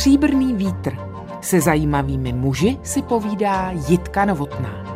Stříbrný vítr. Se zajímavými muži si povídá Jitka Novotná.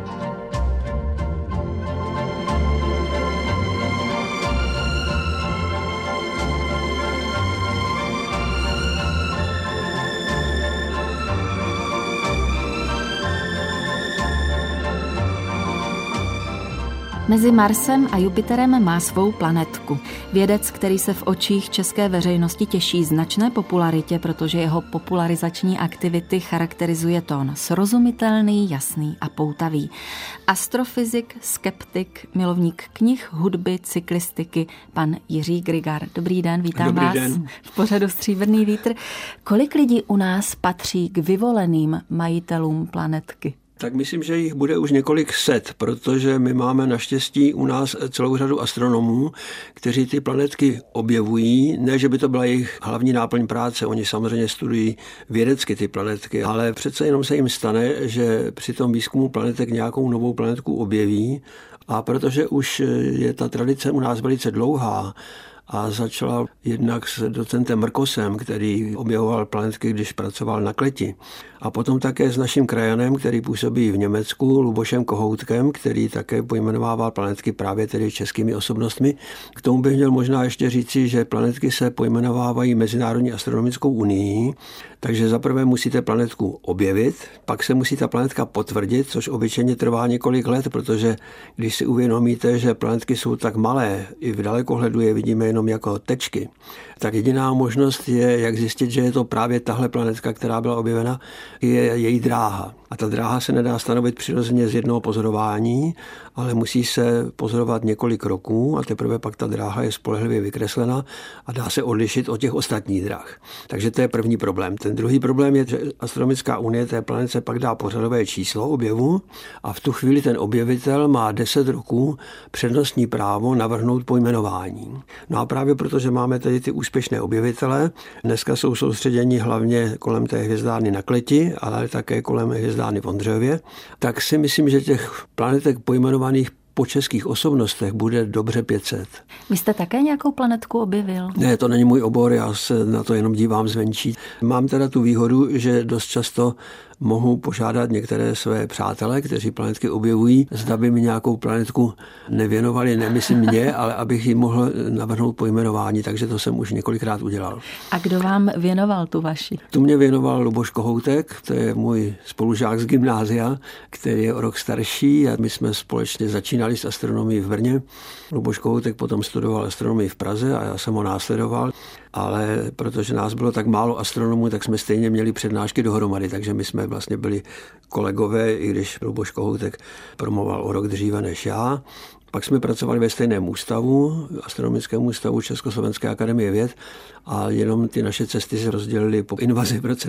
Mezi Marsem a Jupiterem má svou planetku. Vědec, který se v očích české veřejnosti těší značné popularitě, protože jeho popularizační aktivity charakterizuje tón srozumitelný, jasný a poutavý. Astrofyzik, skeptik, milovník knih, hudby, cyklistiky, pan Jiří Grigar. Dobrý den, vítám vás v pořadu Stříbrný vítr. Kolik lidí u nás patří k vyvoleným majitelům planetky? Tak myslím, že jich bude už několik set, protože my máme naštěstí u nás celou řadu astronomů, kteří ty planetky objevují. Ne, že by to byla jejich hlavní náplň práce, oni samozřejmě studují vědecky ty planetky, ale přece jenom se jim stane, že při tom výzkumu planetek nějakou novou planetku objeví, a protože už je ta tradice u nás velice dlouhá, a začala jednak s docentem Mrkosem, který objevoval planetky, když pracoval na Kleti. A potom také s naším krajanem, který působí v Německu, Lubošem Kohoutkem, který také pojmenovával planetky právě tedy českými osobnostmi. K tomu bych měl možná ještě říci, že planetky se pojmenovávají Mezinárodní astronomickou unii, takže zaprvé musíte planetku objevit, pak se musí ta planetka potvrdit, což obyčejně trvá několik let, protože když si uvědomíte, že planetky jsou tak malé, i v dalekohledu je vidíme jenom jako tečky, tak jediná možnost je, jak zjistit, že je to právě tahle planetka, která byla objevena, je její dráha. A ta dráha se nedá stanovit přirozeně z jednoho pozorování, ale musí se pozorovat několik roků a teprve pak ta dráha je spolehlivě vykreslena a dá se odlišit od těch ostatních dráh. Takže to je první problém. Ten druhý problém je, že Astronomická unie té planetce pak dá pořadové číslo objevu a v tu chvíli ten objevitel má 10 roků přednostní právo navrhnout pojmenování. No a právě protože máme tady ty úspěšné objevitele, dneska jsou soustředěni hlavně kolem té hvězdárny na Kleti, ale také kolem hvězdárny v Ondřejově, tak si myslím, že těch planetek pojmenovaných po českých osobnostech bude dobře 500. Vy jste také nějakou planetku objevil? Ne, to není můj obor, já se na to jenom dívám zvenčí. Mám teda tu výhodu, že dost často mohu požádat některé své přátele, kteří planetky objevují, zda by mi nějakou planetku nevěnovali, nemyslím mě, ale abych jim mohl navrhnout pojmenování, takže to jsem už několikrát udělal. A kdo vám věnoval tu vaši? Tu mě věnoval Luboš Kohoutek, to je můj spolužák z gymnázia, který je o rok starší a my jsme společně začínali s astronomií v Brně. Luboš Kohoutek potom studoval astronomii v Praze a já jsem ho následoval, ale protože nás bylo tak málo astronomů, tak jsme stejně měli přednášky dohromady, takže my jsme vlastně byli kolegové, i když Luboš Kohoutek promoval o rok dříve než já. Pak jsme pracovali ve stejném ústavu, astronomickém ústavu Československé akademie věd, a jenom ty naše cesty se rozdělily po invazi v roce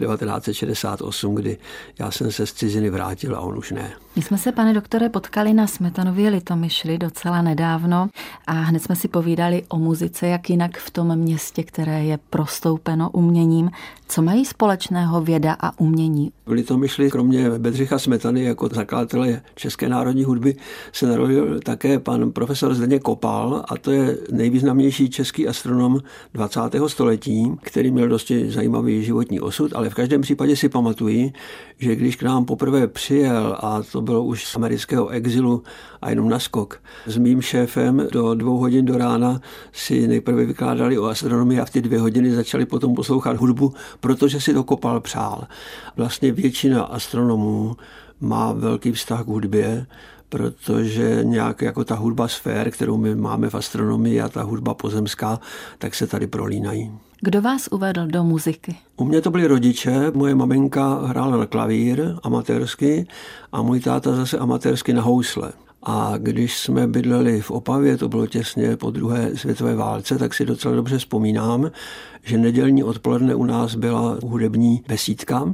1968, kdy já jsem se z ciziny vrátil a on už ne. My jsme se, pane doktore, potkali na Smetanově Litomyšli docela nedávno a hned jsme si povídali o muzice, jak jinak v tom městě, které je prostoupeno uměním. Co mají společného věda a umění? V Litomyšli kromě Bedřicha Smetany jako zakladatele české národní hudby se narodil také pan profesor Zdeněk Kopal, a to je nejvýznamnější český astronom 20. století, který měl dosti zajímavý životní osud, ale v každém případě si pamatuji, že když k nám poprvé přijel, a to bylo už z amerického exilu a jenom naskok, s mým šéfem do 2 hodin do rána si nejprve vykládali o astronomii a v ty 2 hodiny začali potom poslouchat hudbu, protože si to Kopal přál. Vlastně většina astronomů má velký vztah k hudbě, protože nějak jako ta hudba sfér, kterou my máme v astronomii, a ta hudba pozemská, tak se tady prolínají. Kdo vás uvedl do muziky? U mě to byli rodiče. Moje maminka hrála na klavír amatérsky a můj táta zase amatérsky na housle. A když jsme bydleli v Opavě, to bylo těsně po druhé světové válce, tak si docela dobře vzpomínám, že nedělní odpoledne u nás byla hudební besídka,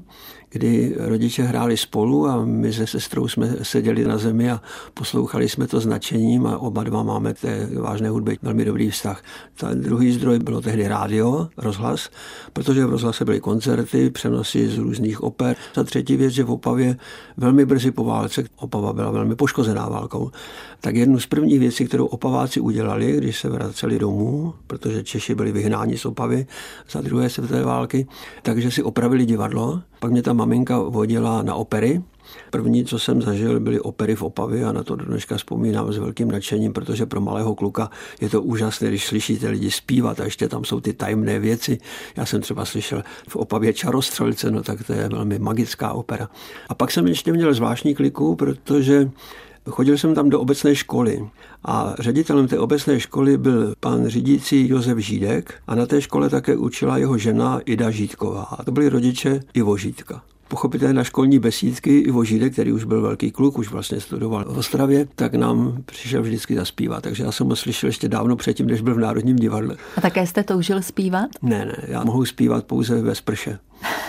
kdy rodiče hráli spolu a my se sestrou jsme seděli na zemi a poslouchali jsme to s nadšením a oba dva máme té vážné hudby velmi dobrý vztah. Ten druhý zdroj bylo tehdy rádio, rozhlas, protože v rozhlase byly koncerty, přenosy z různých oper. Ta třetí věc, že v Opavě velmi brzy po válce, Opava byla velmi poškozená válkou, tak jednu z prvních věcí, kterou Opaváci udělali, když se vraceli domů, protože Češi byli vyhnáni z Opavy za druhé světové války, takže si opravili divadlo. Pak mě ta maminka vodila na opery. První, co jsem zažil, byly opery v Opavě a na to dneška vzpomínám s velkým nadšením, protože pro malého kluka je to úžasné, když slyšíte lidi zpívat a ještě tam jsou ty tajemné věci. Já jsem třeba slyšel v Opavě Čarostřelce, no tak to je velmi magická opera. A pak jsem ještě měl zvláštní kliku, protože chodil jsem tam do obecné školy a ředitelem té obecné školy byl pan řídící Josef Žídek a na té škole také učila jeho žena Ida Žídková. A to byli rodiče Ivo Žídka. Pochopitelně na školní besídky Ivo Žídek, který už byl velký kluk, už vlastně studoval v Ostravě, tak nám přišel vždycky zaspívat. Takže já jsem ho slyšel ještě dávno předtím, než byl v Národním divadle. A také jste toužil zpívat? Ne, já mohu zpívat pouze ve sprše.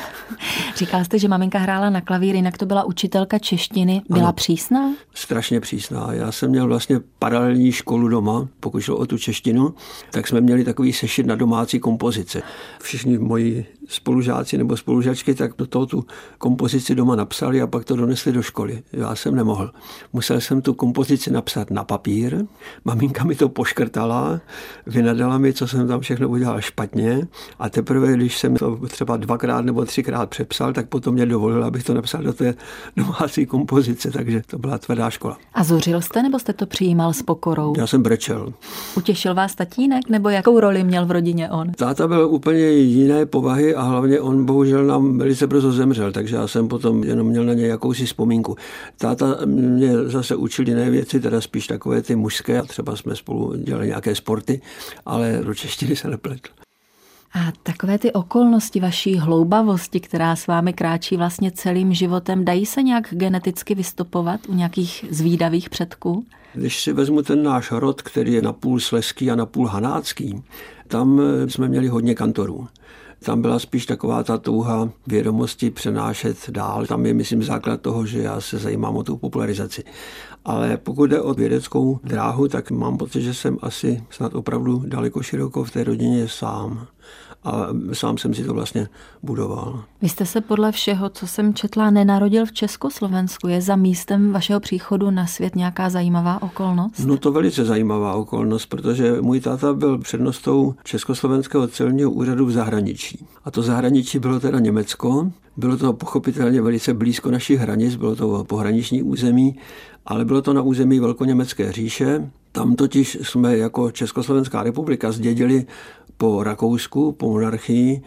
Říkal jste, že maminka hrála na klavír, jinak to byla učitelka češtiny. Byla ano, přísná? Strašně přísná. Já jsem měl vlastně paralelní školu doma, pokud šlo o tu češtinu, tak jsme měli takový sešit na domácí kompozice. Všichni moji spolužáci nebo spolužačky tak do toho tu kompozici doma napsali a pak to donesli do školy. Já jsem nemohl. Musel jsem tu kompozici napsat na papír, maminka mi to poškrtala, vynadala mi, co jsem tam všechno udělal špatně a teprve, když jsem to třeba 2x nebo 3x přepsal, tak potom mě dovolil, abych to napsal do té domácí kompozice, takže to byla tvrdá škola. A zuřil jste, nebo jste to přijímal s pokorou? Já jsem brečel. Utěšil vás tatínek, nebo jakou roli měl v rodině on? Táta byl úplně jiné povahy a hlavně on bohužel nám velice brzo zemřel, takže já jsem potom jenom měl na něj jakousi vzpomínku. Táta mě zase učil jiné věci, teda spíš takové ty mužské, a třeba jsme spolu dělali nějaké sporty, ale do češtiny se nepletl. A takové ty okolnosti vaší hloubavosti, která s vámi kráčí vlastně celým životem, dají se nějak geneticky vystopovat u nějakých zvídavých předků? Když si vezmu ten náš rod, který je napůl slezský a napůl hanácký, tam jsme měli hodně kantorů. Tam byla spíš taková ta touha vědomosti přenášet dál. Tam je, myslím, základ toho, že já se zajímám o tu popularizaci. Ale pokud jde o vědeckou dráhu, tak mám pocit, že jsem asi snad opravdu daleko široko v té rodině sám. A sám jsem si to vlastně budoval. Vy jste se podle všeho, co jsem četla, nenarodil v Československu. Je za místem vašeho příchodu na svět nějaká zajímavá okolnost? No to velice zajímavá okolnost, protože můj táta byl přednostou Československého celního úřadu v zahraničí. A to zahraničí bylo teda Německo. Bylo to pochopitelně velice blízko našich hranic, bylo to pohraniční území, ale bylo to na území Velkoněmecké říše. Tam totiž jsme jako Československá republika zdědili po Rakousku, po monarchii,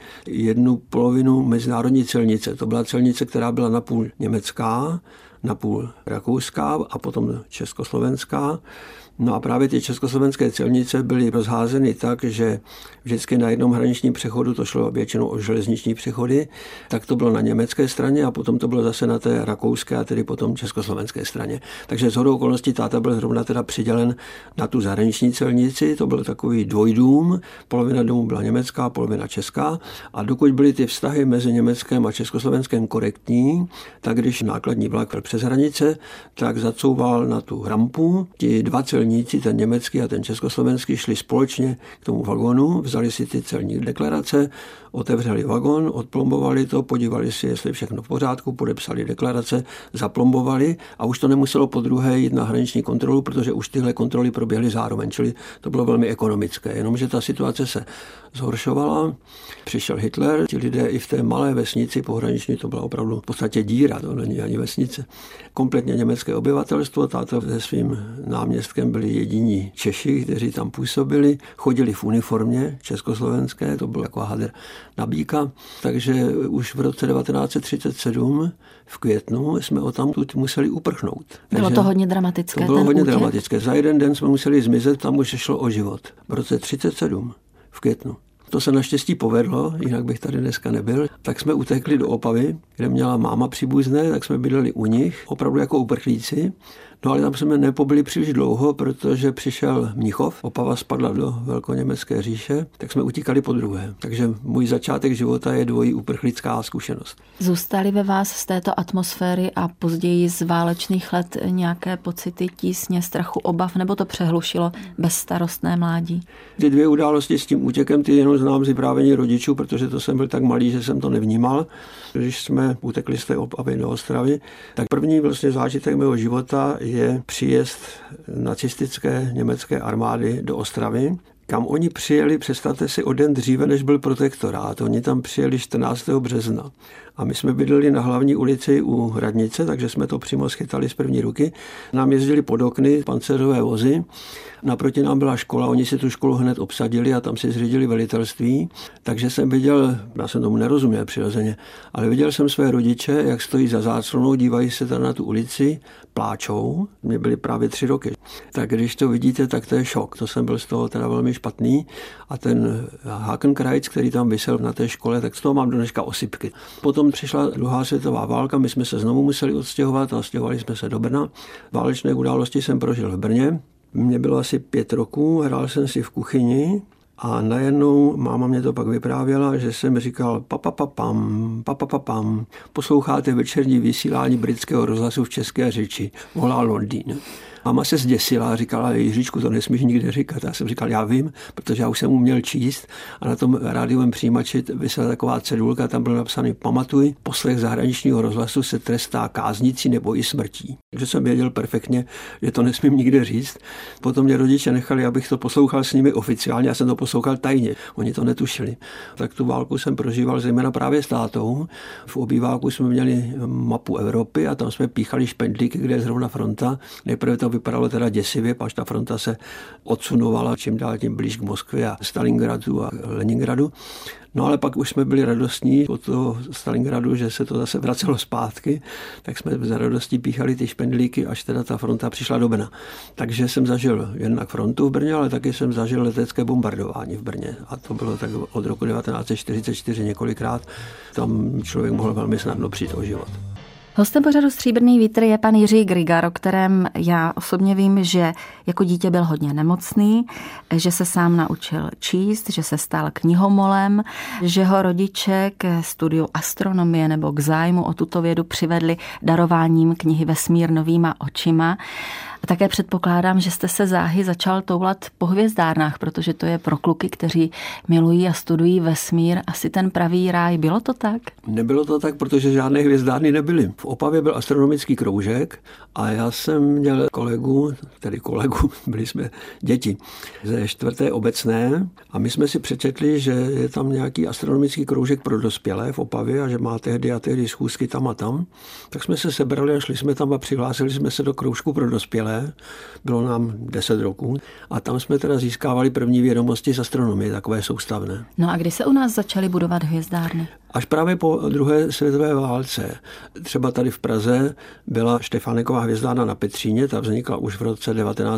1/2 mezinárodní celnice. To byla celnice, která byla napůl německá, napůl rakouská a potom československá. No a právě ty československé celnice byly rozházeny tak, že vždycky na jednom hraničním přechodu, to šlo většinou o železniční přechody, tak to bylo na německé straně a potom to bylo zase na té rakouské a tedy potom československé straně. Takže shodou okolností táta byl zrovna teda přidělen na tu zahraniční celnici, to byl takový dvojdům, polovina domu byla německá, polovina česká a dokud byly ty vztahy mezi Německém a Československem korektní, tak když nákladní vlak byl přes hranice, tak zacouval na tu rampu, ti dva celníci, ten německý a ten československý, šli společně k tomu vagonu, vzali si ty celní deklarace, otevřeli vagon, odplombovali to, podívali si, jestli všechno v pořádku, podepsali deklarace, zaplombovali a už to nemuselo podruhé jít na hraniční kontrolu, protože už tyhle kontroly proběhly zároveň, čili to bylo velmi ekonomické. Jenomže ta situace se zhoršovala, přišel Hitler, ti lidé i v té malé vesnici pohraniční, to byla opravdu v podstatě díra, to není ani vesnice, kompletně německé obyvatelstvo, táta se svým náměstkem byli jediní Češi, kteří tam působili, chodili v uniformě československé, to byl jako hadr na býka, takže už v roce 1937 v květnu jsme odtamtud museli uprchnout. Bylo to hodně dramatické. To bylo hodně dramatické. Za jeden den jsme museli zmizet, tam už šlo o život. V roce 1937 v květnu. To se naštěstí povedlo, jinak bych tady dneska nebyl. Tak jsme utekli do Opavy, kde měla máma příbuzné, tak jsme bydleli u nich, opravdu jako uprchlíci. No ale tam jsme nepobyli příliš dlouho, protože přišel Mnichov, Opava spadla do Velkoněmecké říše, tak jsme utíkali podruhé. Takže můj začátek života je dvojí uprchlická zkušenost. Zůstaly ve vás z této atmosféry a později z válečných let nějaké pocity tísně, strachu, obav, nebo to přehlušilo bezstarostné mládí? Ty dvě události s tím útěkem, ty jenom znám z vyprávění rodičů, protože to jsem byl tak malý, že jsem to nevnímal. Když jsme utekli z té Opavy do Ostravy, tak první vlastně zážitek mého života je příjezd nacistické německé armády do Ostravy, kam oni přijeli, představte si, o den dříve, než byl protektorát. Oni tam přijeli 14. března. A my jsme bydleli na hlavní ulici u radnice, takže jsme to přímo schytali z první ruky. Nám jezdili pod okny pancéřové vozy. Naproti nám byla škola, oni si tu školu hned obsadili a tam si zřídili velitelství. Takže jsem viděl, já jsem tomu nerozuměl přirozeně, ale viděl jsem své rodiče, jak stojí za záclonou, dívají se tam na tu ulici, pláčou. Mě byly právě 3 roky. Tak když to vidíte, tak to je šok. To jsem byl z toho teda velmi špatný. A ten Hakenkreuz, který tam visel na té škole, tak z toho mám do dneška osypky. Potom přišla druhá světová válka, my jsme se znovu museli odstěhovat a stěhovali jsme se do Brna. Válečné události jsem prožil v Brně. Mně bylo asi 5 roků, hrál jsem si v kuchyni a najednou máma mě to pak vyprávěla, že jsem říkal papapapam, posloucháte večerní vysílání britského rozhlasu v české řeči, volá Londýn. Máma se zděsila a říkala, Jiříčku, to nesmíš nikde říkat. Já jsem říkal, já vím, protože já už jsem uměl číst a na tom rádiovém přijímači vysela taková cedulka, tam bylo napsané pamatuj, poslech zahraničního rozhlasu se trestá káznicí nebo i smrtí. Takže jsem věděl perfektně, že to nesmím nikde říct. Potom mě rodiče nechali, abych to poslouchal s nimi oficiálně, já jsem to poslouchal tajně. Oni to netušili. Tak tu válku jsem prožíval zejména právě s tátou. V obýváku jsme měli mapu Evropy a tam jsme píchali špendlíky, kde je zrovna fronta. Nejprve to vypadalo teda děsivě, až ta fronta se odsunovala čím dál tím blíž k Moskvě a Stalingradu a Leningradu. No ale pak už jsme byli radostní od toho Stalingradu, že se to zase vracelo zpátky, tak jsme za radostí píchali ty špendlíky, až teda ta fronta přišla do Brna. Takže jsem zažil jednak frontu v Brně, ale taky jsem zažil letecké bombardování v Brně. A to bylo tak od roku 1944 několikrát. Tam člověk mohl velmi snadno přijít o život. Hostem pořadu Stříbrný vítr je pan Jiří Grigar, o kterém já osobně vím, že jako dítě byl hodně nemocný, že se sám naučil číst, že se stal knihomolem, že ho rodiče k studiu astronomie nebo k zájmu o tuto vědu přivedli darováním knihy Vesmír novýma očima. A také předpokládám, že jste se záhy začal toulat po hvězdárnách, protože to je pro kluky, kteří milují a studují vesmír, asi ten pravý ráj. Bylo to tak? Nebylo to tak, protože žádné hvězdárny nebyly. V Opavě byl astronomický kroužek a já jsem měl kolegu, byli jsme děti ze 4. obecné a my jsme si přečetli, že je tam nějaký astronomický kroužek pro dospělé v Opavě a že má tehdy a tehdy schůzky tam a tam. Tak jsme se sebrali a šli jsme tam a přihlásili jsme se do kroužku pro dospělé. Bylo nám 10 roků a tam jsme teda získávali první vědomosti z astronomie, takové soustavné. No a kdy se u nás začaly budovat hvězdárny? Až právě po druhé světové válce. Třeba tady v Praze byla Štefáneková hvězdárna na Petříně, ta vznikla už v roce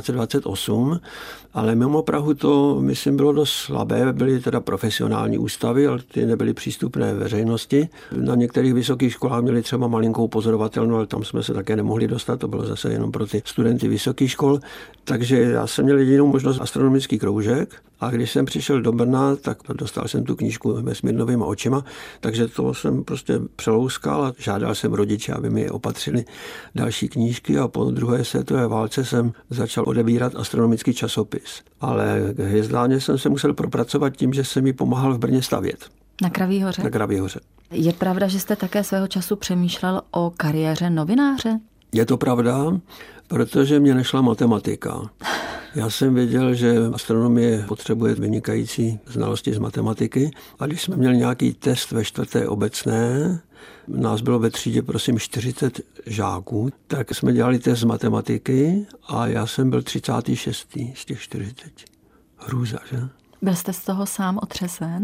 1928, ale mimo Prahu to, myslím, bylo dost slabé. Byly teda profesionální ústavy, ale ty nebyly přístupné veřejnosti. Na některých vysokých školách měli třeba malinkou pozorovatelnu, ale tam jsme se také nemohli dostat, to bylo zase jenom pro ty studenty vysokých škol. Takže já jsem měl jedinou možnost astronomický kroužek a když jsem přišel do Brna, tak dostal jsem tu knížku Vesmír novýma očima, takže to jsem prostě přelouskal a žádal jsem rodiče, aby mi je opatřili další knížky a po druhé světové válce jsem začal odebírat astronomický časopis. Ale k hvězdárně jsem se musel propracovat tím, že jsem mi pomáhal v Brně stavět. Na Kraví hoře? Na Kraví hoře. Je pravda, že jste také svého času přemýšlel o kariéře novináře? Je to pravda, protože mě nešla matematika. Já jsem věděl, že astronomie potřebuje vynikající znalosti z matematiky a když jsme měli nějaký test ve 4. obecné, nás bylo ve třídě, prosím, 40 žáků, tak jsme dělali test z matematiky a já jsem byl 36. z těch 40. Hrůza, že? Byl jste z toho sám otřesen?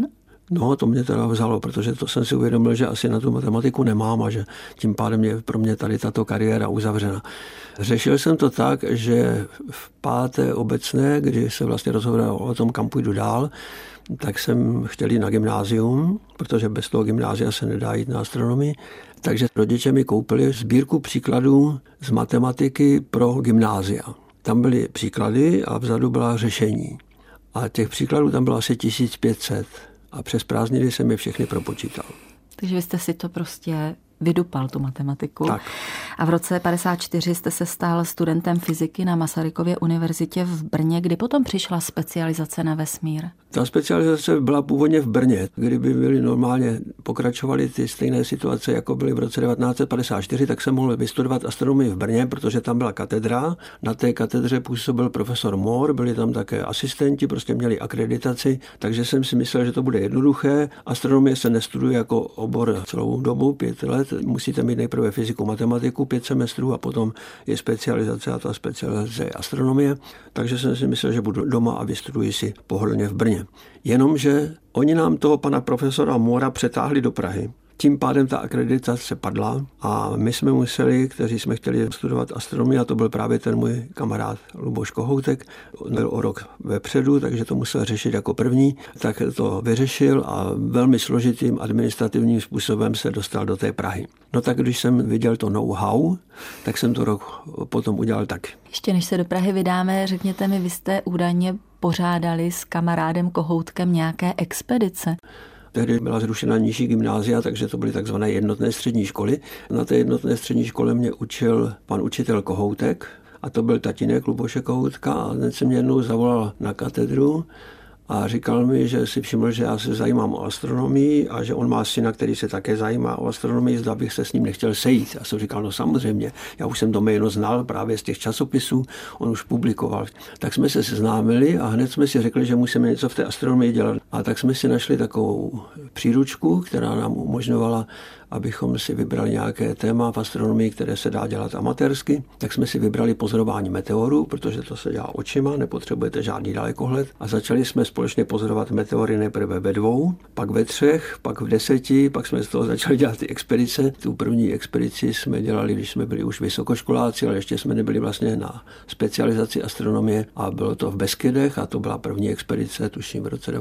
No, to mě teda vzalo, protože to jsem si uvědomil, že asi na tu matematiku nemám a že tím pádem je pro mě tady tato kariéra uzavřena. Řešil jsem to tak, že v 5. obecné, kdy se vlastně rozhodoval o tom, kam půjdu dál, tak jsem chtěl jít na gymnázium, protože bez toho gymnázia se nedá jít na astronomii. Takže rodiče mi koupili sbírku příkladů z matematiky pro gymnázia. Tam byly příklady a vzadu byla řešení. A těch příkladů tam bylo asi 1500. A přes prázdniny jsem je všechny propočítal. Takže vy jste si to prostě vydupal, tu matematiku. Tak. A v roce 1954 jste se stal studentem fyziky na Masarykově univerzitě v Brně, kdy potom přišla specializace na vesmír. Ta specializace byla původně v Brně. Kdyby byly normálně pokračovaly ty stejné situace, jako byly v roce 1954, tak jsem mohl vystudovat astronomii v Brně, protože tam byla katedra. Na té katedře působil profesor Mohr, byli tam také asistenti, prostě měli akreditaci, takže jsem si myslel, že to bude jednoduché. Astronomie se nestuduje jako obor celou dobu, 5 let. Musíte mít nejprve fyziku, matematiku, 5 semestrů a potom je specializace a ta specializace je astronomie. Takže jsem si myslel, že budu doma a vystuduji si pohodlně v Brně. Jenomže oni nám toho pana profesora Mohra přetáhli do Prahy. Tím pádem ta akreditace padla a my jsme museli, kteří jsme chtěli studovat astronomii, a to byl právě ten můj kamarád Luboš Kohoutek, on byl o rok vepředu, takže to musel řešit jako první, tak to vyřešil a velmi složitým administrativním způsobem se dostal do té Prahy. No tak když jsem viděl to know-how, tak jsem to rok potom udělal taky. Ještě než se do Prahy vydáme, řekněte mi, vy jste údajně pořádali s kamarádem Kohoutkem nějaké expedice. Tehdy byla zrušena nižší gymnázia, takže to byly takzvané jednotné střední školy. Na té jednotné střední škole mě učil pan učitel Kohoutek a to byl tatínek Luboše Kohoutka a ten se mě jednou zavolal na katedru a říkal mi, že si všiml, že já se zajímám o astronomii a že on má syna, který se také zajímá o astronomii, zda bych se s ním nechtěl sejít. Já jsem říkal, no samozřejmě, já už jsem to jméno znal právě z těch časopisů, on už publikoval. Tak jsme se seznámili a hned jsme si řekli, že musíme něco v té astronomii dělat. A tak jsme si našli takovou příručku, která nám umožňovala, abychom si vybrali nějaké téma v astronomii, které se dá dělat amatérsky. Tak jsme si vybrali pozorování meteorů, protože to se dělá očima, nepotřebujete žádný dalekohled. A začali jsme společně pozorovat meteory nejprve ve 2, pak ve 3, pak v 10, pak jsme z toho začali dělat ty expedice. Tu první expedici jsme dělali, když jsme byli už vysokoškoláci, ale ještě jsme nebyli vlastně na specializaci astronomie a bylo to v Beskydech a to byla první expedice, tuším v roce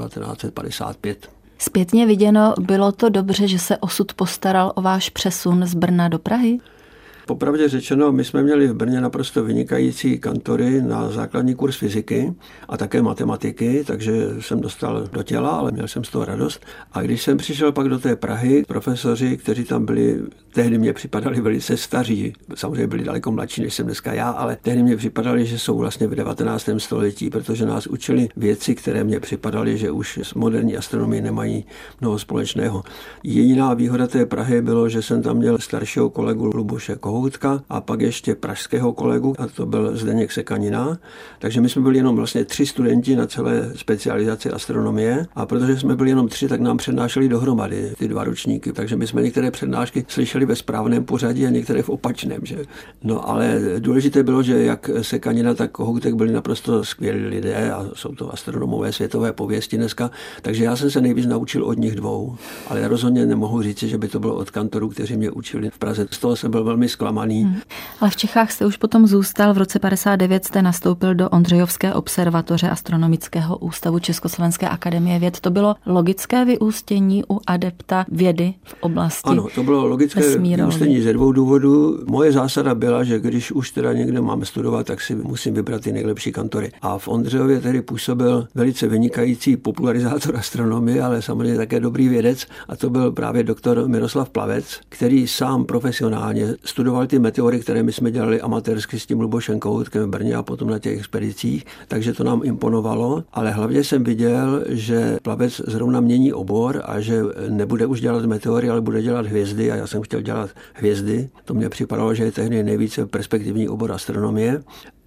1955. Zpětně viděno, bylo to dobře, že se osud postaral o váš přesun z Brna do Prahy? Popravdě řečeno, my jsme měli v Brně naprosto vynikající kantory na základní kurz fyziky a také matematiky, takže jsem dostal do těla, ale měl jsem z toho radost. A když jsem přišel pak do té Prahy, profesoři, kteří tam byli, tehdy mě připadali velice staří, samozřejmě byli daleko mladší, než jsem dneska já, ale tehdy mě připadali, že jsou vlastně v 19. století, protože nás učili věci, které mě připadaly, že už s moderní astronomií nemají mnoho společného. Jediná výhoda té Prahy bylo, že jsem tam měl staršího kolegu Luboše Kohoutka a pak ještě pražského kolegu, a to byl Zdeněk Sekanina. Takže my jsme byli jenom vlastně 3 studenti na celé specializaci astronomie a protože jsme byli jenom 3, tak nám přednášeli dohromady ty 2 ročníky. Takže my jsme některé přednášky slyšeli ve správném pořadí a některé v opačném. Že? No ale důležité bylo, že jak Sekanina, tak Kohoutek byli naprosto skvělí lidé a jsou to astronomové světové pověsti dneska. Takže já jsem se nejvíc naučil od nich 2, ale rozhodně nemohu říct, že by to bylo od kantorů, kteří mě učili v Praze. Z toho jsem byl velmi zklamaný. Ale v Čechách jste už potom zůstal. V roce 59 jste nastoupil do Ondřejovské observatoře Astronomického ústavu Československé akademie věd. To bylo logické vyústění u adepta vědy v oblasti. Ano, to bylo logické vyústění ze 2 důvodů. Moje zásada byla, že když už teda někde mám studovat, tak si musím vybrat ty nejlepší kantory. A v Ondřejově tedy působil velice vynikající popularizátor astronomie, ale samozřejmě také dobrý vědec, a to byl právě doktor Miroslav Plavec, který sám profesionálně studoval ty meteory, které my jsme dělali amatérsky s tím Lubošem Kohoutkem v Brně a potom na těch expedicích, takže to nám imponovalo, ale hlavně jsem viděl, že Plavec zrovna mění obor a že nebude už dělat meteory, ale bude dělat hvězdy a já jsem chtěl dělat hvězdy. To mně připadalo, že je tehdy nejvíce perspektivní obor astronomie.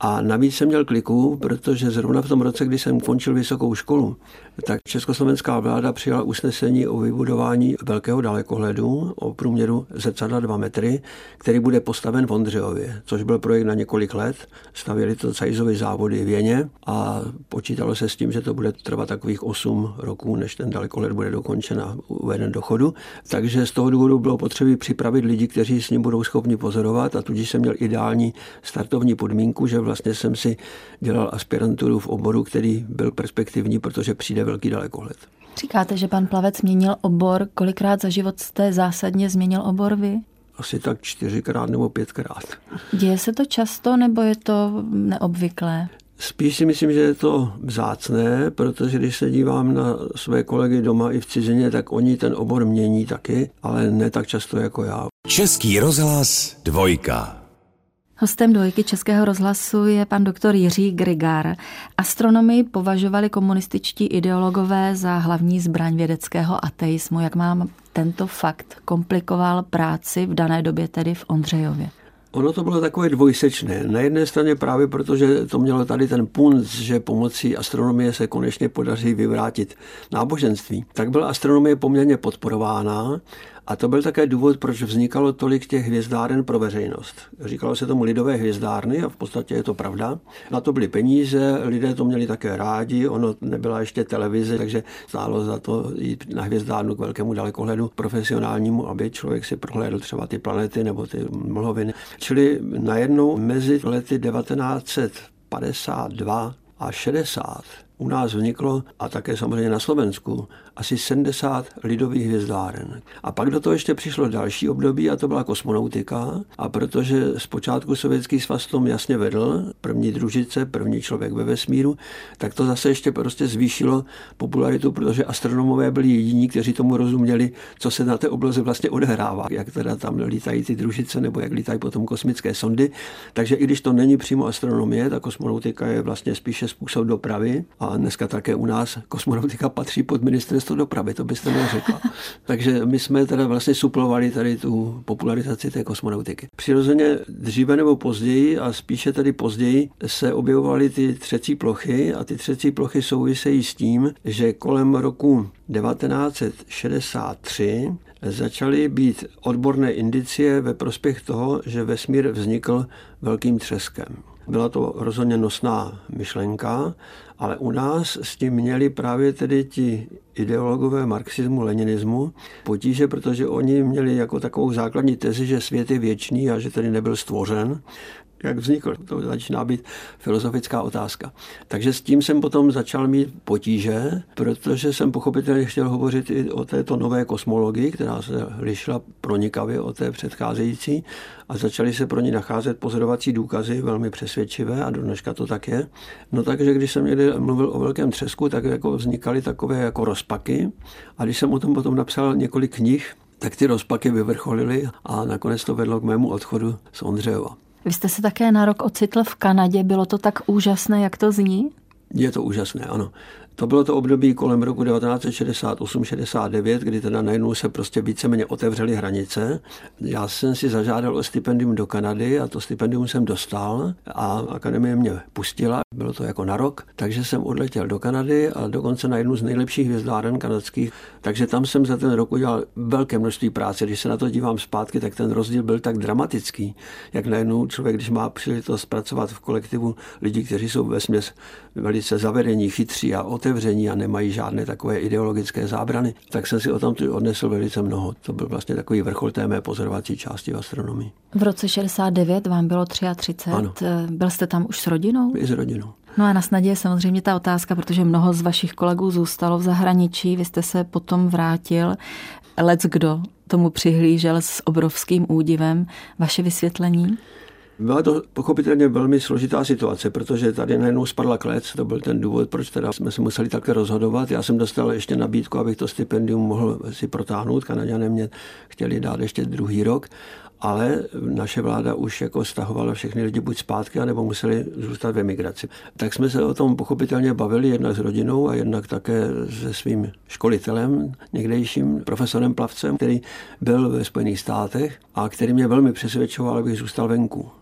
A navíc jsem měl kliku, protože zrovna v tom roce, kdy jsem končil vysokou školu, tak československá vláda přijala usnesení o vybudování velkého dalekohledu o průměru zrcadla 2 metry, který bude postaven v Ondřejově, což byl projekt na několik let. Stavěli to Zeissovy závody v Jeně a počítalo se s tím, že to bude trvat takových 8 roků, než ten dalekohled bude dokončen a uveden do chodu. Takže z toho důvodu bylo potřeba připravit lidi, kteří s ním budou schopni pozorovat, a tudíž jsem měl ideální startovní podmínku, že vlastně jsem si dělal aspiranturu v oboru, který byl perspektivní, protože přijde velký dalekohled. Říkáte, že pan Plavec měnil obor. Kolikrát za život jste zásadně změnil obor vy? Asi tak 4krát nebo 5krát. Děje se to často, nebo je to neobvyklé? Spíš si myslím, že je to vzácné, protože když se dívám na své kolegy doma i v cizině, tak oni ten obor mění taky, ale ne tak často jako já. Český rozhlas 2. Hostem 2 Českého rozhlasu je pan doktor Jiří Grigár. Astronomii považovali komunističtí ideologové za hlavní zbraň vědeckého ateismu. Jak mám tento fakt komplikoval práci v dané době, tedy v Ondřejově? Ono to bylo takové dvojsečné. Na jedné straně právě protože to mělo tady ten punc, že pomocí astronomie se konečně podaří vyvrátit náboženství, tak byla astronomie poměrně podporována. A to byl také důvod, proč vznikalo tolik těch hvězdáren pro veřejnost. Říkalo se tomu lidové hvězdárny a v podstatě je to pravda. Na to byly peníze, lidé to měli také rádi, ono nebyla ještě televize, takže stálo za to jít na hvězdárnu k velkému dalekohledu profesionálnímu, aby člověk si prohlédl třeba ty planety nebo ty mlhoviny. Čili najednou mezi lety 1952 a 60 u nás vzniklo, a také samozřejmě na Slovensku, asi 70 lidových hvězdáren. A pak do toho ještě přišlo další období a to byla kosmonautika. A protože zpočátku Sovětský svaz tom jasně vedl, první družice, první člověk ve vesmíru, tak to zase ještě prostě zvýšilo popularitu, protože astronomové byli jediní, kteří tomu rozuměli, co se na té obloze vlastně odehrává, jak teda tam lítají ty družice nebo jak lítají potom kosmické sondy. Takže i když to není přímo astronomie, ta kosmonautika je vlastně spíše způsob dopravy. A dneska také u nás kosmonautika patří pod ministerstvo dopravy, to byste neřekla. Takže my jsme teda vlastně suplovali tady tu popularizaci té kosmonautiky. Přirozeně dříve nebo později, a spíše tedy později, se objevovaly ty třecí plochy a ty třecí plochy souvisejí s tím, že kolem roku 1963 začaly být odborné indicie ve prospěch toho, že vesmír vznikl velkým třeskem. Byla to rozhodně nosná myšlenka, ale u nás s tím měli právě tedy ti ideologové marxismu, leninismu potíže, protože oni měli jako takovou základní tezi, že svět je věčný a že tedy nebyl stvořen. Jak vznikl, to začíná být filozofická otázka. Takže s tím jsem potom začal mít potíže, protože jsem pochopitelně chtěl hovořit i o této nové kosmologii, která se lišila pronikavě od té předcházející, a začaly se pro ní nacházet pozorovací důkazy velmi přesvědčivé a do dneška to tak je. No takže když jsem někdy mluvil o velkém třesku, tak jako vznikaly takové jako rozpaky, a když jsem o tom potom napsal několik knih, tak ty rozpaky vyvrcholily a nakonec to vedlo k mému odchodu z Ondřejova. Vy jste se také na rok ocitl v Kanadě. Bylo to tak úžasné, jak to zní? Je to úžasné, ano. To bylo to období kolem roku 1968-69, kdy teda najednou se prostě víceméně otevřely hranice. Já jsem si zažádal o stipendium do Kanady a to stipendium jsem dostal a akademie mě pustila. Bylo to jako na rok, takže jsem odletěl do Kanady a dokonce na jednu z nejlepších hvězdáren kanadských. Takže tam jsem za ten rok udělal velké množství práce. Když se na to dívám zpátky, tak ten rozdíl byl tak dramatický, jak najednou člověk, když má příležitost pracovat v kolektivu lidí, kteří jsou vesměs velice zavedení, chytří a otevření a nemají žádné takové ideologické zábrany, tak jsem si o tom odnesl velice mnoho. To byl vlastně takový vrchol té mé pozorovací části v astronomii. V roce 69 vám bylo 33. Ano. Byl jste tam už s rodinou? I s rodinou. No a na snadě je samozřejmě ta otázka, protože mnoho z vašich kolegů zůstalo v zahraničí, vy jste se potom vrátil. Leckdo tomu přihlížel s obrovským údivem. Vaše vysvětlení? Byla to pochopitelně velmi složitá situace, protože tady najednou spadla klec, to byl ten důvod, proč teda jsme se museli takhle rozhodovat. Já jsem dostal ještě nabídku, abych to stipendium mohl si protáhnout, Kanaďané mě chtěli dát ještě druhý rok, ale naše vláda už jako stahovala všechny lidi buď zpátky, anebo museli zůstat v emigraci. Tak jsme se o tom pochopitelně bavili jednak s rodinou a jednak také se svým školitelem, někdejším profesorem Plavcem, který byl ve Spojených státech a který mě velmi přesvědčoval, abych zůstal venku.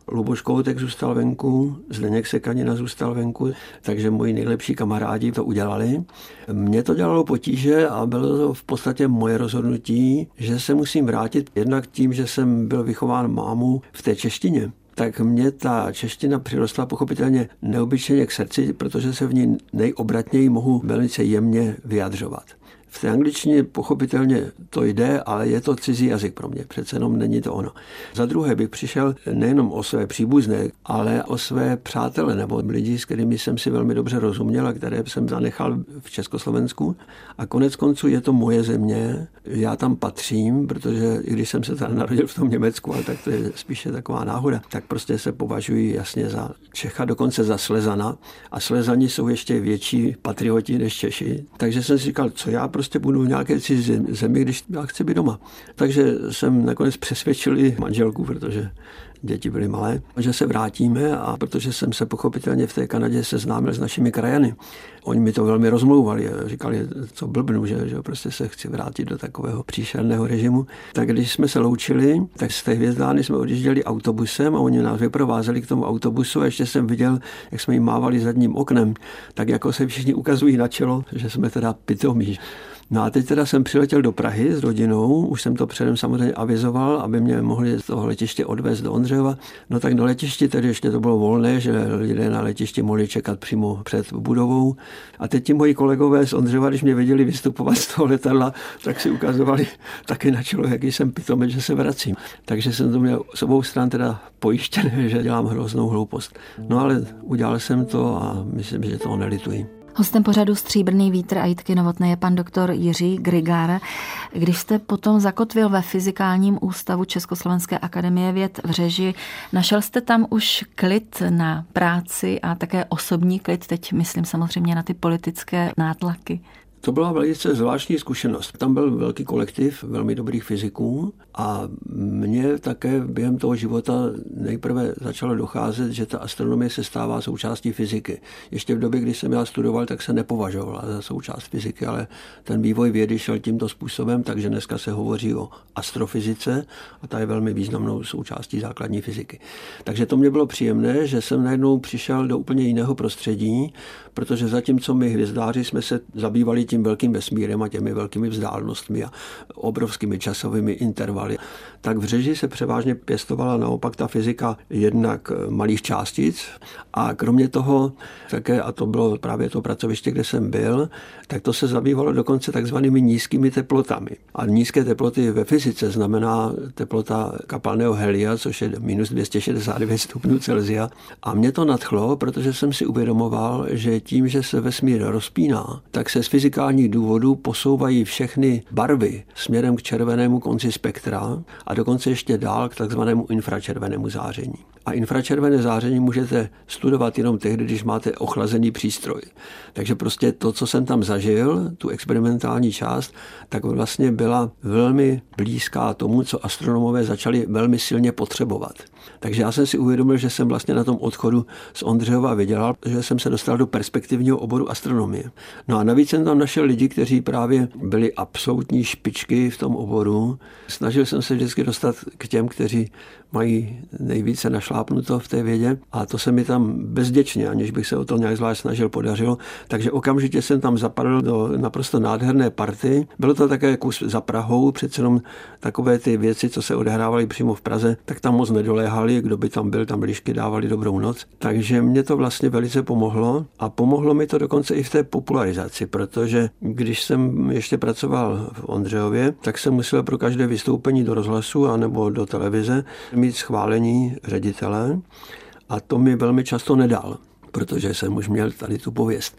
Luboš Kohoutek zůstal venku, Zdeněk Sekanina zůstal venku, takže moji nejlepší kamarádi to udělali. Mně to dělalo potíže a bylo to v podstatě moje rozhodnutí, že se musím vrátit jednak tím, že jsem byl vychován mámou v té češtině. Tak mě ta čeština přirostla pochopitelně neobyčejně k srdci, protože se v ní nejobratněji mohu velice jemně vyjadřovat. V té angličtině pochopitelně to jde, ale je to cizí jazyk pro mě, přece jenom není to ono. Za druhé bych přišel nejenom o své příbuzné, ale o své přátele nebo lidi, s kterými jsem si velmi dobře rozuměl a které jsem zanechal v Československu. A konec konců je to moje země, já tam patřím, protože i když jsem se tady narodil v tom Německu, ale tak to je spíše taková náhoda, tak prostě se považuji jasně za Čecha, dokonce za Slezana. A Slezani jsou ještě větší patrioti než Češi. Takže jsem si říkal, co já prostě budu v nějaké cizí zemi, když já chci být doma. Takže jsem nakonec přesvědčil i manželku, protože děti byly malé, že se vrátíme a protože jsem se pochopitelně v té Kanadě seznámil s našimi krajany. Oni mi to velmi rozmlouvali a říkali, co blbnu, že prostě se chci vrátit do takového příšerného režimu. Tak když jsme se loučili, tak z té Hvězdárny jsme odjížděli autobusem a oni nás vyprovázeli k tomu autobusu a ještě jsem viděl, jak jsme jim mávali zadním oknem, tak jako se všichni ukazují na čelo, že jsme teda pitomí. No a teď teda jsem přiletěl do Prahy s rodinou, už jsem to předem samozřejmě avizoval, aby mě mohli z toho letiště odvést do Ondřejova. No tak do letiště tedy ještě to bylo volné, že lidé na letišti mohli čekat přímo před budovou. A teď ti moji kolegové z Ondřejova, když mě viděli vystupovat z toho letadla, tak si ukazovali taky na čelo, jaký jsem pitomec, že se vracím. Takže jsem to měl s obou stran teda pojištěné, že dělám hroznou hloupost. No ale udělal jsem to a myslím, že toho nelituji. Hostem pořadu Stříbrný vítr a Jitky Novotné je pan doktor Jiří Grigár. Když jste potom zakotvil ve Fyzikálním ústavu Československé akademie věd v Řeži, našel jste tam už klid na práci a také osobní klid, teď myslím samozřejmě na ty politické nátlaky? To byla velice zvláštní zkušenost. Tam byl velký kolektiv velmi dobrých fyziků a mně také během toho života nejprve začalo docházet, že ta astronomie se stává součástí fyziky. Ještě v době, kdy jsem já studoval, tak se nepovažovala za součást fyziky, ale ten vývoj vědy šel tímto způsobem, takže dneska se hovoří o astrofyzice a ta je velmi významnou součástí základní fyziky. Takže to mě bylo příjemné, že jsem najednou přišel do úplně jiného prostředí, protože zatímco my hvězdáři jsme se zabývali tím velkým vesmírem a těmi velkými vzdálenostmi a obrovskými časovými intervaly, tak v Řeži se převážně pěstovala naopak ta fyzika jednak malých částic a kromě toho také, a to bylo právě to pracoviště, kde jsem byl, tak to se zabývalo dokonce takzvanými nízkými teplotami. A nízké teploty ve fyzice znamená teplota kapalného helia, což je minus 269 stupňů Celsia. A mě to nadchlo, protože jsem si uvědomoval, že tím, že se vesmír rozpíná, tak se z fyzikálních důvodů posouvají všechny barvy směrem k červenému konci spektra a dokonce ještě dál k takzvanému infračervenému záření. A infračervené záření můžete studovat jenom tehdy, když máte ochlazený přístroj. Takže prostě to, co jsem tam zažil, tu experimentální část, tak vlastně byla velmi blízká tomu, co astronomové začali velmi silně potřebovat. Takže já jsem si uvědomil, že jsem vlastně na tom odchodu z Ondřejova vydělal, že jsem se dostal do perspektivního oboru astronomie. No a navíc jsem tam našel lidi, kteří právě byli absolutní špičky v tom oboru. Snažil jsem se vždycky dostat k těm, kteří mají nejvíce našlápnuto v té vědě a to se mi tam bezděčně, aniž bych se o to nějak zvlášť snažil, podařilo. Takže okamžitě jsem tam zapadl do naprosto nádherné party. Bylo to také kus za Prahou, přece jenom takové ty věci, co se odehrávaly přímo v Praze, tak tam moc nedoléhali, kdo by tam byl, tam lišky dávali dobrou noc. Takže mě to vlastně velice pomohlo a pomohlo mi to dokonce i v té popularizaci, protože když jsem ještě pracoval v Ondřejově, tak jsem musel pro každé vystoupení do rozhlasu anebo do televize mít schválení ředitele a to mi velmi často nedal, protože jsem už měl tady tu pověst.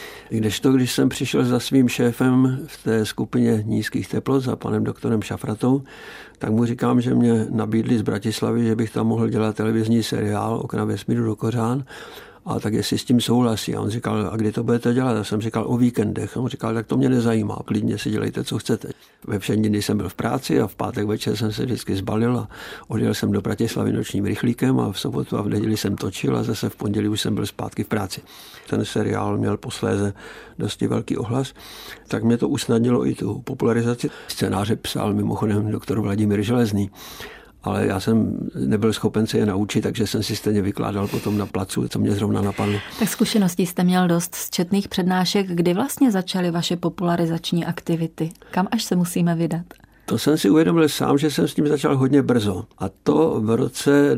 Když jsem přišel za svým šéfem v té skupině nízkých teplot, za panem doktorem Šafratou, tak mu říkám, že mě nabídli z Bratislavy, že bych tam mohl dělat televizní seriál Okna vesmíru do kořán. A tak jestli s tím souhlasí. A on říkal, a kdy to budete dělat? Já jsem říkal, o víkendech. A on říkal, tak to mě nezajímá, klidně si dělejte, co chcete. Ve všední dny jsem byl v práci a v pátek večer jsem se vždycky zbalil a odjel jsem do Bratislavy nočním rychlíkem a v sobotu a v neděli jsem točil a zase v pondělí už jsem byl zpátky v práci. Ten seriál měl posléze dosti velký ohlas, tak mě to usnadnilo i tu popularizaci. Scénáře psal mimochodem doktor Vladimír Železný. ale já jsem nebyl schopen se je naučit, takže jsem si stejně vykládal potom na placu, co mě zrovna napadlo. Tak zkušeností jste měl dost z četných přednášek. Kdy vlastně začaly vaše popularizační aktivity? Kam až se musíme vydat? To jsem si uvědomil sám, že jsem s tím začal hodně brzo. A to v roce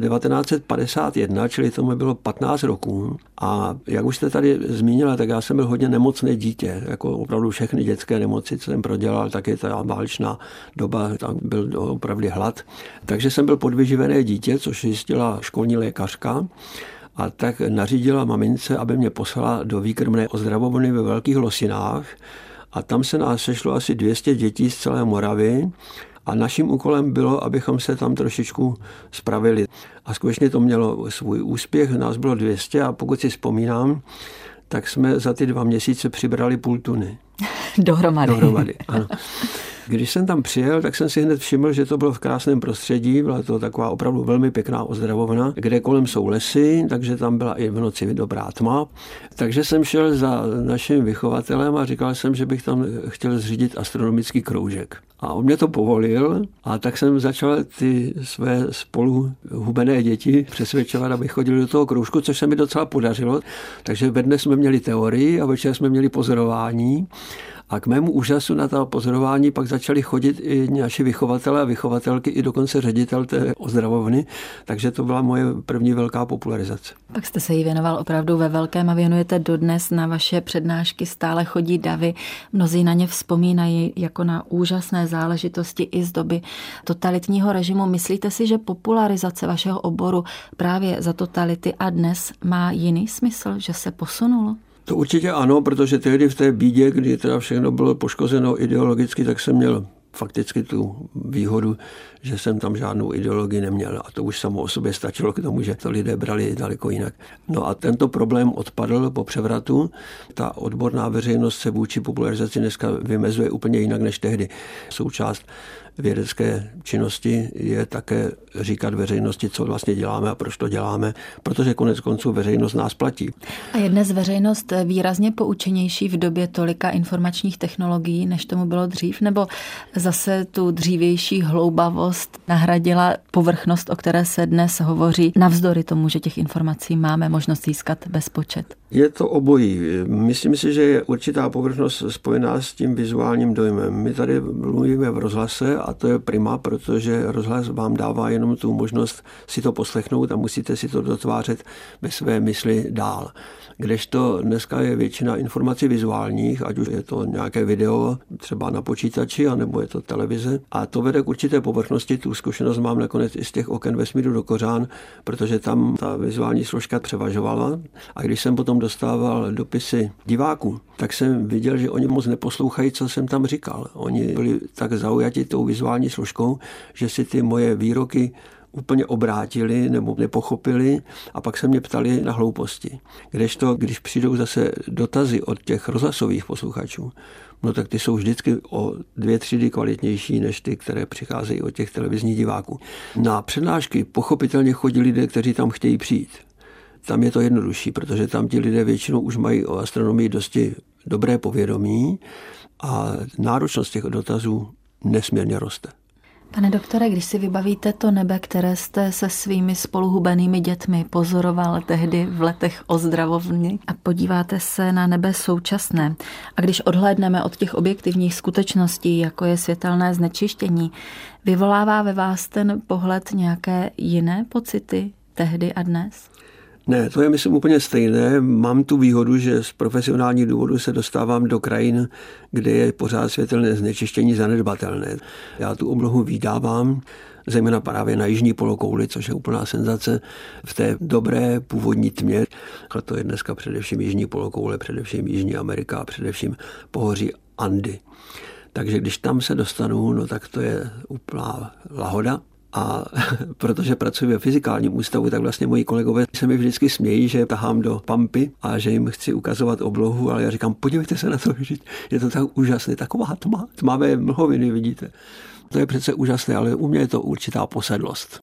1951, čili tomu bylo 15 roků. A jak už jste tady zmínila, tak já jsem byl hodně nemocné dítě. Jako opravdu všechny dětské nemoci, co jsem prodělal, tak je ta válečná doba, tam byl opravdu hlad. Takže jsem byl podvyživené dítě, což zjistila školní lékařka. A tak nařídila mamince, aby mě poslala do výkrmné ozdravovny ve Velkých Losinách. A tam se nás sešlo asi 200 dětí z celé Moravy a naším úkolem bylo, abychom se tam trošičku spravili. A skutečně to mělo svůj úspěch, nás bylo 200 a pokud si vzpomínám, tak jsme za ty 2 měsíce přibrali 0,5 tuny. Dohromady, ano. Když jsem tam přijel, tak jsem si hned všiml, že to bylo v krásném prostředí, byla to taková opravdu velmi pěkná ozdravovna, kde kolem jsou lesy, takže tam byla i v noci dobrá tma. Takže jsem šel za naším vychovatelem a říkal jsem, že bych tam chtěl zřídit astronomický kroužek. A on mě to povolil a tak jsem začal ty své spoluhubené děti přesvědčovat, aby chodili do toho kroužku, což se mi docela podařilo. Takže ve dne jsme měli teorii a večer jsme měli pozorování. A k mému úžasu na ta pozorování pak začali chodit i naši vychovatelé a vychovatelky, i dokonce ředitel té ozdravovny, takže to byla moje první velká popularizace. Pak jste se jí věnoval opravdu ve velkém a věnujete dodnes, na vaše přednášky stále chodí davy. Mnozí na ně vzpomínají jako na úžasné záležitosti i z doby totalitního režimu. Myslíte si, že popularizace vašeho oboru právě za totality a dnes má jiný smysl, že se posunulo? To určitě ano, protože tehdy v té bídě, kdy teda všechno bylo poškozeno ideologicky, tak jsem měl fakticky tu výhodu, že jsem tam žádnou ideologii neměl a to už samo o sobě stačilo k tomu, že to lidé brali daleko jinak. No a tento problém odpadl po převratu. Ta odborná veřejnost se vůči popularizaci dneska vymezuje úplně jinak než tehdy. Součást vědecké činnosti je také říkat veřejnosti, co vlastně děláme a proč to děláme, protože konec konců veřejnost nás platí. A je dnes veřejnost výrazně poučenější v době tolika informačních technologií, než tomu bylo dřív, nebo zase tu dřívější hloubavost nahradila povrchnost, o které se dnes hovoří, navzdory tomu, že těch informací máme možnost získat bezpočet? Je to obojí. Myslím si, že je určitá povrchnost spojená s tím vizuálním dojmem. My tady mluvíme v rozhlase a to je prima, protože rozhlas vám dává jenom tu možnost si to poslechnout a musíte si to dotvářet ve své mysli dál. Kdežto dneska je většina informací vizuálních, ať už je to nějaké video třeba na počítači, anebo je to televize. A to vede k určité povrchnosti. Tu zkušenost mám nakonec i z těch oken vesmíru do kořán, protože tam ta vizuální složka převažovala. A když jsem potom dostával dopisy diváků, tak jsem viděl, že oni moc neposlouchají, co jsem tam říkal. Oni byli tak zaujati tou vizuální složkou, že si ty moje výroky úplně obrátili nebo nepochopili a pak se mě ptali na hlouposti. Kdežto, když přijdou zase dotazy od těch rozhlasových posluchačů, no tak ty jsou vždycky o 2 třídy kvalitnější než ty, které přicházejí od těch televizních diváků. Na přednášky pochopitelně chodí lidé, kteří tam chtějí přijít. Tam je to jednodušší, protože tam ti lidé většinou už mají o astronomii dosti dobré povědomí a náročnost těch dotazů nesmírně roste. Pane doktore, když si vybavíte to nebe, které jste se svými spoluhubenými dětmi pozoroval tehdy v letech ozdravovny a podíváte se na nebe současné a když odhlédneme od těch objektivních skutečností, jako je světelné znečištění, vyvolává ve vás ten pohled nějaké jiné pocity tehdy a dnes? Ne, to je myslím úplně stejné. Mám tu výhodu, že z profesionálních důvodů se dostávám do krajin, kde je pořád světelné znečištění zanedbatelné. Já tu oblohu vydávám, zejména právě na jižní polokouli, což je úplná senzace v té dobré původní tmě. A to je dneska především jižní polokoule, především Jižní Amerika a především pohoří Andy. Takže když tam se dostanu, no tak to je úplná lahoda. A protože pracuji ve fyzikálním ústavu, tak vlastně moji kolegové se mi vždycky smějí, že tahám do Pampy a že jim chci ukazovat oblohu, ale já říkám, podívejte se na to, je to tak úžasné, taková tmavé mlhoviny, vidíte. To je přece úžasné, ale u mě je to určitá posedlost.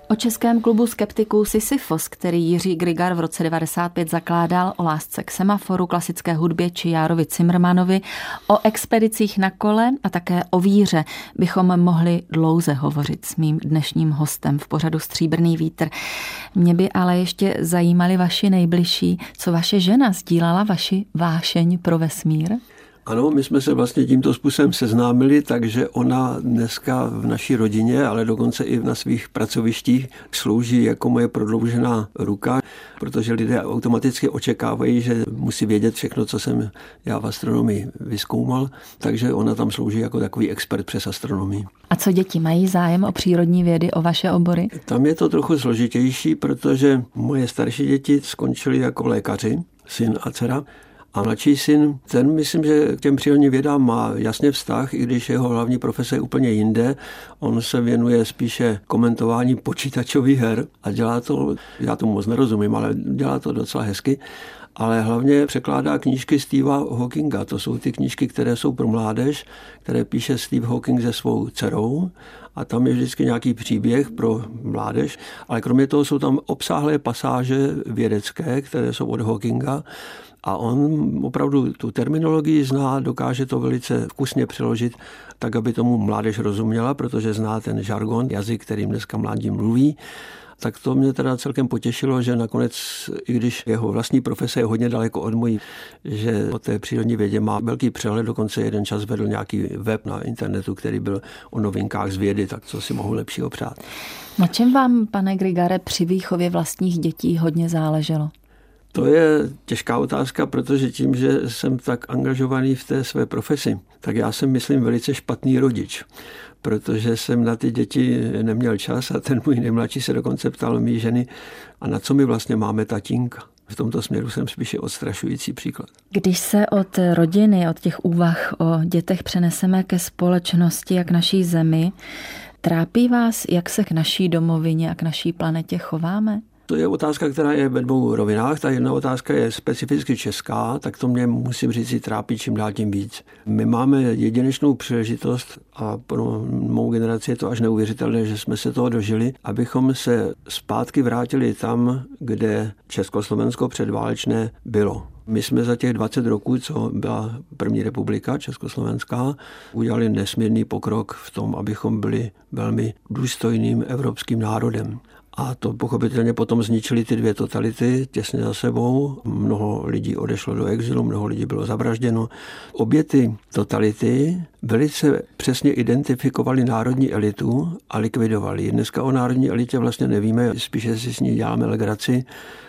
O Českém klubu skeptiků Sisyfos, který Jiří Grigar v roce 1995 zakládal, o lásce k semaforu, klasické hudbě či Járovi Cimrmanovi, o expedicích na kole a také o víře bychom mohli dlouze hovořit s mým dnešním hostem v pořadu Stříbrný vítr. Mě by ale ještě zajímali vaši nejbližší, co vaše žena sdílala vaši vášeň pro vesmír? Ano, my jsme se vlastně tímto způsobem seznámili, takže ona dneska v naší rodině, ale dokonce i na svých pracovištích slouží jako moje prodloužená ruka, protože lidé automaticky očekávají, že musí vědět všechno, co jsem já v astronomii vyzkoumal, takže ona tam slouží jako takový expert přes astronomii. A co děti, mají zájem o přírodní vědy, o vaše obory? Tam je to trochu složitější, protože moje starší děti skončily jako lékaři, syn a dcera. A mladší syn, ten myslím, že k těm přírodním vědám má jasně vztah, i když jeho hlavní profese je úplně jinde. On se věnuje spíše komentování počítačových her a dělá to, já tomu moc nerozumím, ale dělá to docela hezky. Ale hlavně překládá knížky Stevea Hawkinga. To jsou ty knížky, které jsou pro mládež, které píše Steve Hawking se svou dcerou. A tam je vždycky nějaký příběh pro mládež. Ale kromě toho jsou tam obsáhlé pasáže vědecké, které jsou od Hawkinga. A on opravdu tu terminologii zná, dokáže to velice vkusně přeložit, tak, aby tomu mládež rozuměla, protože zná ten žargon, jazyk, kterým dneska mladí mluví. Tak to mě teda celkem potěšilo, že nakonec, i když jeho vlastní profese je hodně daleko od mojí, že o té přírodní vědě má velký přehled, dokonce jeden čas vedl nějaký web na internetu, který byl o novinkách z vědy, tak co si mohu lepšího přát. Na čem vám, pane Grigare, při výchově vlastních dětí hodně záleželo? To je těžká otázka, protože tím, že jsem tak angažovaný v té své profesi, tak já jsem, myslím, velice špatný rodič, protože jsem na ty děti neměl čas a ten můj nejmladší se dokonce ptal mý ženy, a na co my vlastně máme tatínka. V tomto směru jsem spíše odstrašující příklad. Když se od rodiny, od těch úvah o dětech přeneseme ke společnosti a k naší zemi, trápí vás, jak se k naší domovině a k naší planetě chováme? To je otázka, která je ve dvou rovinách. Ta jedna otázka je specificky česká, tak to mě, musím říct, si trápí čím dál tím víc. My máme jedinečnou příležitost a pro mou generaci je to až neuvěřitelné, že jsme se toho dožili, abychom se zpátky vrátili tam, kde Československo předválečné bylo. My jsme za těch 20 roků, co byla první republika československá, udělali nesmírný pokrok v tom, abychom byli velmi důstojným evropským národem. A to pochopitelně potom zničili ty dvě totality těsně za sebou. Mnoho lidí odešlo do exilu, mnoho lidí bylo zavražděno. Obě ty totality velice přesně identifikovali národní elitu a likvidovali. Dneska o národní elitě vlastně nevíme, spíše si s ní děláme legraci.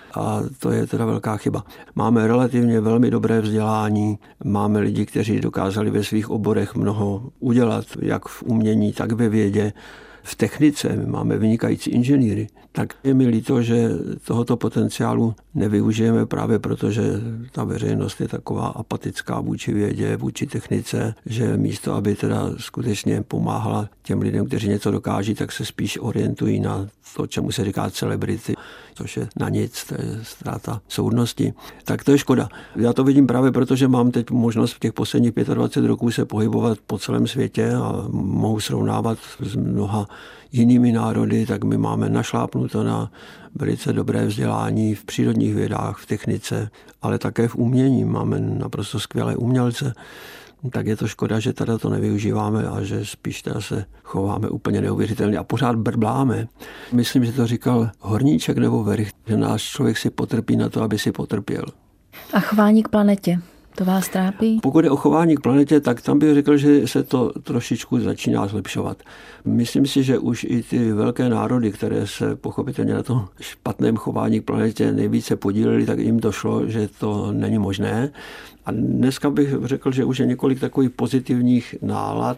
A to je teda velká chyba. Máme relativně velmi dobré vzdělání, máme lidi, kteří dokázali ve svých oborech mnoho udělat, jak v umění, tak ve vědě. V technice my máme vynikající inženýry, tak je mi líto, že tohoto potenciálu nevyužijeme právě proto, že ta veřejnost je taková apatická vůči vědě, vůči technice, že místo, aby teda skutečně pomáhala těm lidem, kteří něco dokáží, tak se spíš orientují na to, čemu se říká celebrity, což je na nic, to je ztráta soudnosti. Tak to je škoda. Já to vidím právě proto, že mám teď možnost v těch posledních 25 roků se pohybovat po celém světě a mohu srovnávat s mnoha jinými národy, tak my máme našlápnuto na velice dobré vzdělání v přírodních vědách, v technice, ale také v umění. Máme naprosto skvělé umělce. Tak je to škoda, že teda to nevyužíváme a že spíš teda se chováme úplně neuvěřitelně a pořád brbláme. Myslím, že to říkal Horníček nebo Werich, že náš člověk si potrpí na to, aby si potrpěl. A chování k planetě, to vás trápí? Pokud je o chování k planetě, tak tam bych řekl, že se to trošičku začíná zlepšovat. Myslím si, že už i ty velké národy, které se pochopitelně na tom špatném chování k planetě nejvíce podílely, tak jim došlo, že to není možné. A dneska bych řekl, že už je několik takových pozitivních nálad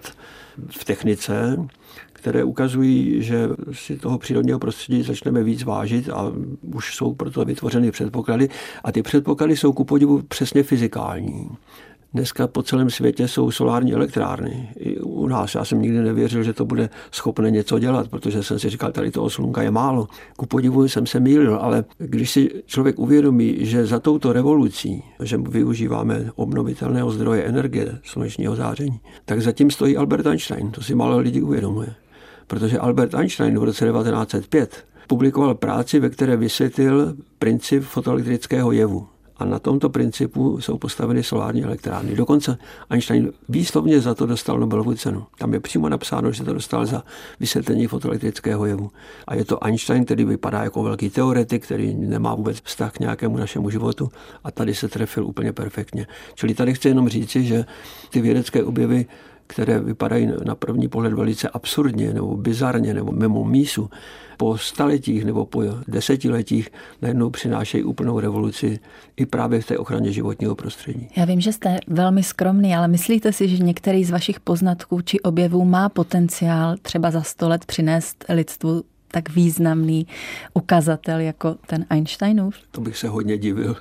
v technice, které ukazují, že si toho přírodního prostředí začneme víc vážit a už jsou proto vytvořeny předpoklady. A ty předpoklady jsou ku podivu přesně fyzikální. Dneska po celém světě jsou solární elektrárny. I u nás já jsem nikdy nevěřil, že to bude schopné něco dělat, protože jsem si říkal, tady toho slunka je málo. Ku podivu jsem se mýlil, ale když si člověk uvědomí, že za touto revolucí, že využíváme obnovitelného zdroje energie, slunečního záření, tak zatím stojí Albert Einstein. To si málo lidí uvědomuje. Protože Albert Einstein v roce 1905 publikoval práci, ve které vysvětlil princip fotoelektrického jevu. A na tomto principu jsou postaveny solární elektrárny. Dokonce Einstein výslovně za to dostal Nobelovu cenu. Tam je přímo napsáno, že to dostal za vysvětlení fotoelektrického jevu. A je to Einstein, který vypadá jako velký teoretik, který nemá vůbec vztah k nějakému našemu životu a tady se trefil úplně perfektně. Čili tady chci jenom říci, že ty vědecké objevy, které vypadají na první pohled velice absurdně nebo bizarně nebo mimo mísu, po staletích nebo po desetiletích najednou přinášejí úplnou revoluci i právě v té ochraně životního prostředí. Já vím, že jste velmi skromný, ale myslíte si, že některý z vašich poznatků či objevů má potenciál třeba za 100 let přinést lidstvu tak významný ukazatel jako ten Einsteinův? To bych se hodně divil.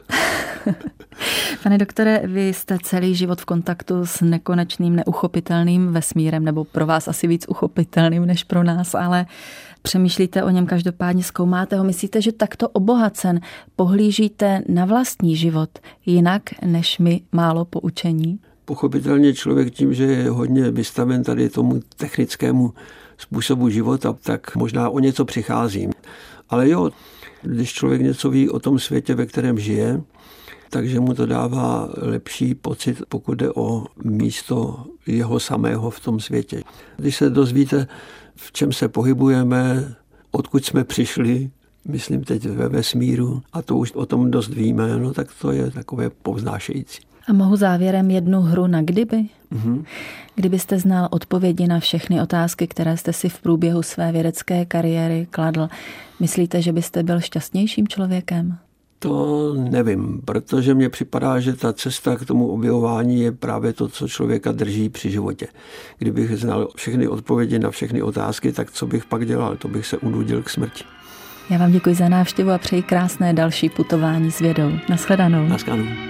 Pane doktore, vy jste celý život v kontaktu s nekonečným, neuchopitelným vesmírem, nebo pro vás asi víc uchopitelným než pro nás, ale přemýšlíte o něm každopádně, zkoumáte ho. Myslíte, že takto obohacen pohlížíte na vlastní život jinak než my málo poučení? Pochopitelně člověk tím, že je hodně vystaven tady tomu technickému způsobu života, tak možná o něco přicházím. Ale jo, když člověk něco ví o tom světě, ve kterém žije, takže mu to dává lepší pocit, pokud jde o místo jeho samého v tom světě. Když se dozvíte, v čem se pohybujeme, odkud jsme přišli, myslím teď ve vesmíru, a to už o tom dost víme, no tak to je takové povznášející. A mohu závěrem jednu hru na kdyby? Mm-hmm. Kdybyste znal odpovědi na všechny otázky, které jste si v průběhu své vědecké kariéry kladl, myslíte, že byste byl šťastnějším člověkem? To nevím, protože mně připadá, že ta cesta k tomu objevování je právě to, co člověka drží při životě. Kdybych znal všechny odpovědi na všechny otázky, tak co bych pak dělal? To bych se unudil k smrti. Já vám děkuji za návštěvu a přeji krásné další putování s vědou. Naschledanou. Naschledanou.